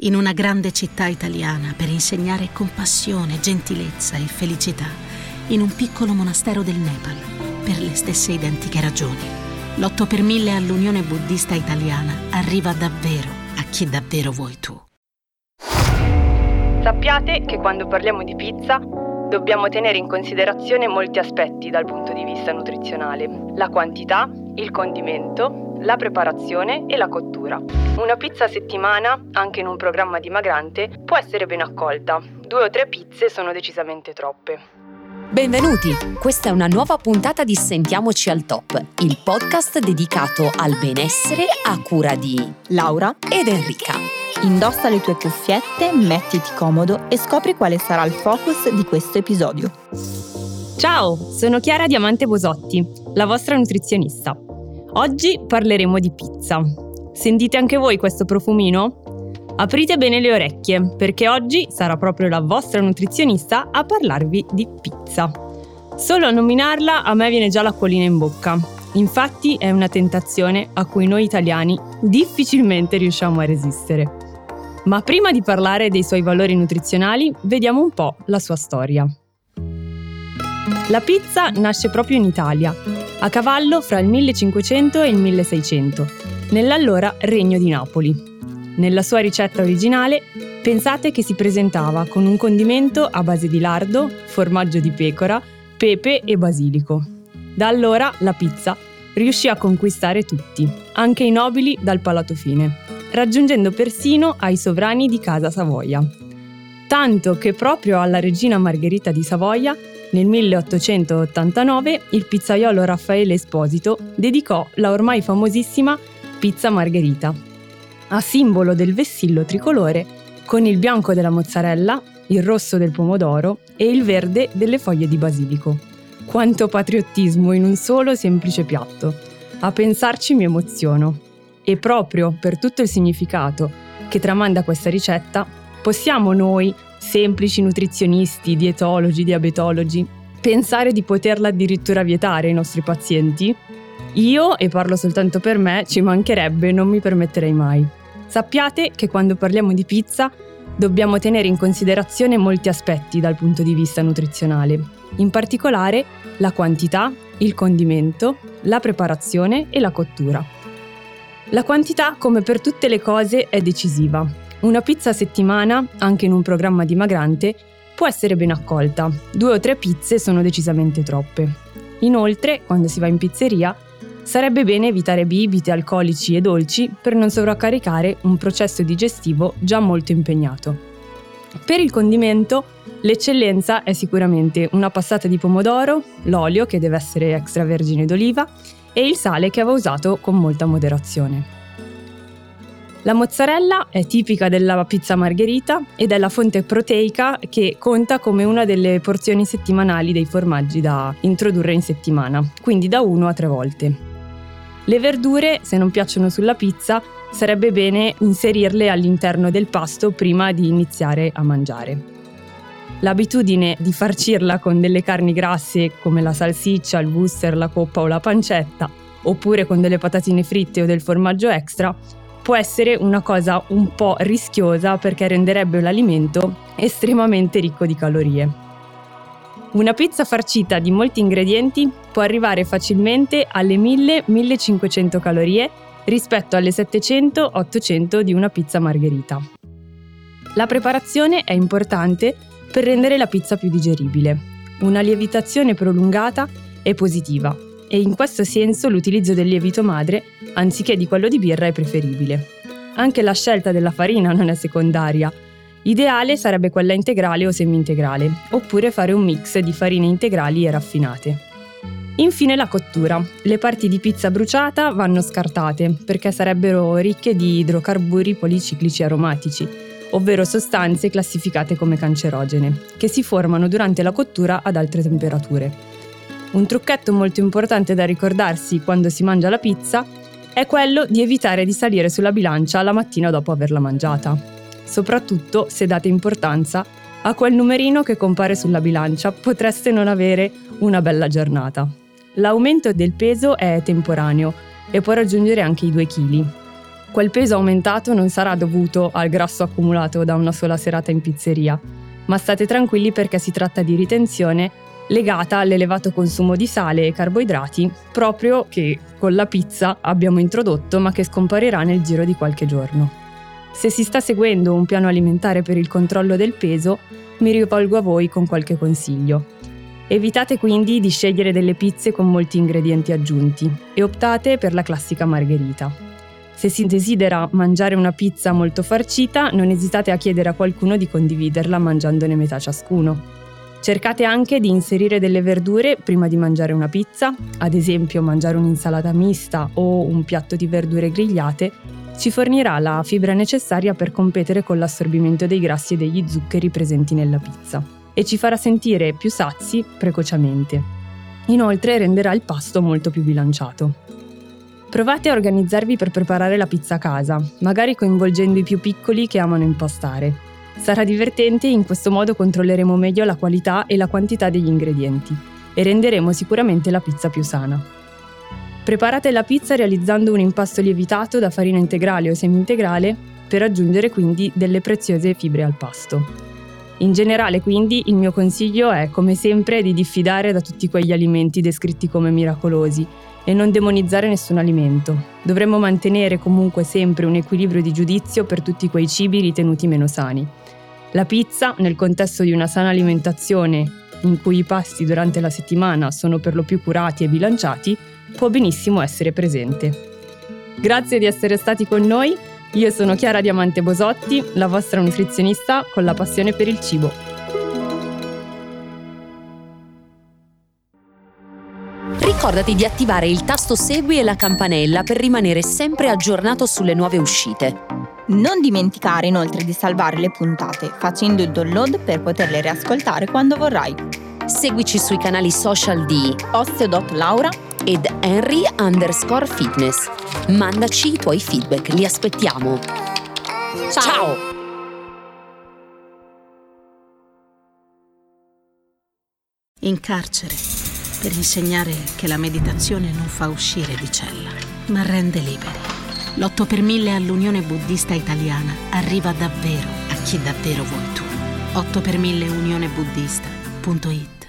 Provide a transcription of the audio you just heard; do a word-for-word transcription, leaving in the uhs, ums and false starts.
in una grande città italiana per insegnare compassione, gentilezza e felicità, in un piccolo monastero del Nepal, per le stesse identiche ragioni. L'otto per mille all'Unione Buddista Italiana arriva davvero a chi davvero vuoi tu. Sappiate che quando parliamo di pizza dobbiamo tenere in considerazione molti aspetti dal punto di vista nutrizionale: la quantità, il condimento, la preparazione e la cottura. Una pizza a settimana, anche in un programma dimagrante, può essere ben accolta. Due o tre pizze sono decisamente troppe. Benvenuti! Questa è una nuova puntata di Sentiamoci al Top, il podcast dedicato al benessere a cura di Laura ed Enrica. Indossa le tue cuffiette, mettiti comodo e scopri quale sarà il focus di questo episodio. Ciao, sono Chiara Diamante Bosotti, la vostra nutrizionista. Oggi parleremo di pizza. Sentite anche voi questo profumino? Aprite bene le orecchie, perché oggi sarà proprio la vostra nutrizionista a parlarvi di pizza. Solo a nominarla a me viene già l'acquolina in bocca. Infatti è una tentazione a cui noi italiani difficilmente riusciamo a resistere. Ma prima di parlare dei suoi valori nutrizionali, vediamo un po' la sua storia. La pizza nasce proprio in Italia, a cavallo fra il millecinquecento e il milleseicento, nell'allora Regno di Napoli. Nella sua ricetta originale, pensate che si presentava con un condimento a base di lardo, formaggio di pecora, pepe e basilico. Da allora la pizza riuscì a conquistare tutti, anche i nobili dal palato fine, raggiungendo persino ai sovrani di Casa Savoia. Tanto che proprio alla regina Margherita di Savoia, nel milleottocentottantanove, il pizzaiolo Raffaele Esposito dedicò la ormai famosissima pizza Margherita, a simbolo del vessillo tricolore con il bianco della mozzarella, il rosso del pomodoro e il verde delle foglie di basilico. Quanto patriottismo in un solo semplice piatto. A pensarci mi emoziono. E proprio per tutto il significato che tramanda questa ricetta, possiamo noi, semplici nutrizionisti, dietologi, diabetologi, pensare di poterla addirittura vietare ai nostri pazienti? Io, e parlo soltanto per me, ci mancherebbe, non mi permetterei mai. Sappiate che quando parliamo di pizza dobbiamo tenere in considerazione molti aspetti dal punto di vista nutrizionale, in particolare la quantità, il condimento, la preparazione e la cottura. La quantità, come per tutte le cose, è decisiva. Una pizza a settimana, anche in un programma dimagrante, può essere ben accolta. Due o tre pizze sono decisamente troppe. Inoltre, quando si va in pizzeria, sarebbe bene evitare bibite, alcolici e dolci per non sovraccaricare un processo digestivo già molto impegnato. Per il condimento, l'eccellenza è sicuramente una passata di pomodoro, l'olio che deve essere extravergine d'oliva e il sale che va usato con molta moderazione. La mozzarella è tipica della pizza Margherita ed è la fonte proteica che conta come una delle porzioni settimanali dei formaggi da introdurre in settimana, quindi da uno a tre volte. Le verdure, se non piacciono sulla pizza, sarebbe bene inserirle all'interno del pasto prima di iniziare a mangiare. L'abitudine di farcirla con delle carni grasse come la salsiccia, il wuster, la coppa o la pancetta, oppure con delle patatine fritte o del formaggio extra, può essere una cosa un po' rischiosa perché renderebbe l'alimento estremamente ricco di calorie. Una pizza farcita di molti ingredienti può arrivare facilmente alle mille millecinquecento calorie rispetto alle settecento ottocento di una pizza Margherita. La preparazione è importante per rendere la pizza più digeribile. Una lievitazione prolungata è positiva e in questo senso l'utilizzo del lievito madre anziché di quello di birra è preferibile. Anche la scelta della farina non è secondaria. Ideale sarebbe quella integrale o semi-integrale, oppure fare un mix di farine integrali e raffinate. Infine la cottura. Le parti di pizza bruciata vanno scartate perché sarebbero ricche di idrocarburi policiclici aromatici, ovvero sostanze classificate come cancerogene, che si formano durante la cottura ad alte temperature. Un trucchetto molto importante da ricordarsi quando si mangia la pizza è quello di evitare di salire sulla bilancia la mattina dopo averla mangiata. Soprattutto se date importanza a quel numerino che compare sulla bilancia, potreste non avere una bella giornata. L'aumento del peso è temporaneo e può raggiungere anche i due chili. Quel peso aumentato non sarà dovuto al grasso accumulato da una sola serata in pizzeria, ma state tranquilli perché si tratta di ritenzione legata all'elevato consumo di sale e carboidrati, proprio che con la pizza abbiamo introdotto ma che scomparirà nel giro di qualche giorno. Se si sta seguendo un piano alimentare per il controllo del peso, mi rivolgo a voi con qualche consiglio. Evitate quindi di scegliere delle pizze con molti ingredienti aggiunti e optate per la classica margherita. Se si desidera mangiare una pizza molto farcita, non esitate a chiedere a qualcuno di condividerla mangiandone metà ciascuno. Cercate anche di inserire delle verdure prima di mangiare una pizza, ad esempio mangiare un'insalata mista o un piatto di verdure grigliate ci fornirà la fibra necessaria per competere con l'assorbimento dei grassi e degli zuccheri presenti nella pizza e ci farà sentire più sazi precocemente. Inoltre renderà il pasto molto più bilanciato. Provate a organizzarvi per preparare la pizza a casa, magari coinvolgendo i più piccoli che amano impastare. Sarà divertente e in questo modo controlleremo meglio la qualità e la quantità degli ingredienti e renderemo sicuramente la pizza più sana. Preparate la pizza realizzando un impasto lievitato da farina integrale o semi-integrale per aggiungere quindi delle preziose fibre al pasto. In generale quindi il mio consiglio è come sempre di diffidare da tutti quegli alimenti descritti come miracolosi e non demonizzare nessun alimento. Dovremmo mantenere comunque sempre un equilibrio di giudizio per tutti quei cibi ritenuti meno sani. La pizza, nel contesto di una sana alimentazione in cui i pasti durante la settimana sono per lo più curati e bilanciati, può benissimo essere presente. Grazie di essere stati con noi. Io sono Chiara Diamante Bosotti, la vostra nutrizionista con la passione per il cibo. Ricordati di attivare il tasto Segui e la campanella per rimanere sempre aggiornato sulle nuove uscite. Non dimenticare inoltre di salvare le puntate facendo il download per poterle riascoltare quando vorrai. Seguici sui canali social di Osteo.Laura ed Henry underscore fitness. Mandaci i tuoi feedback, li aspettiamo. Ciao! Ciao! In carcere, per insegnare che la meditazione non fa uscire di cella, ma rende liberi. L'otto per mille all'Unione Buddista Italiana arriva davvero a chi davvero vuoi tu. otto per mille unione buddista punto it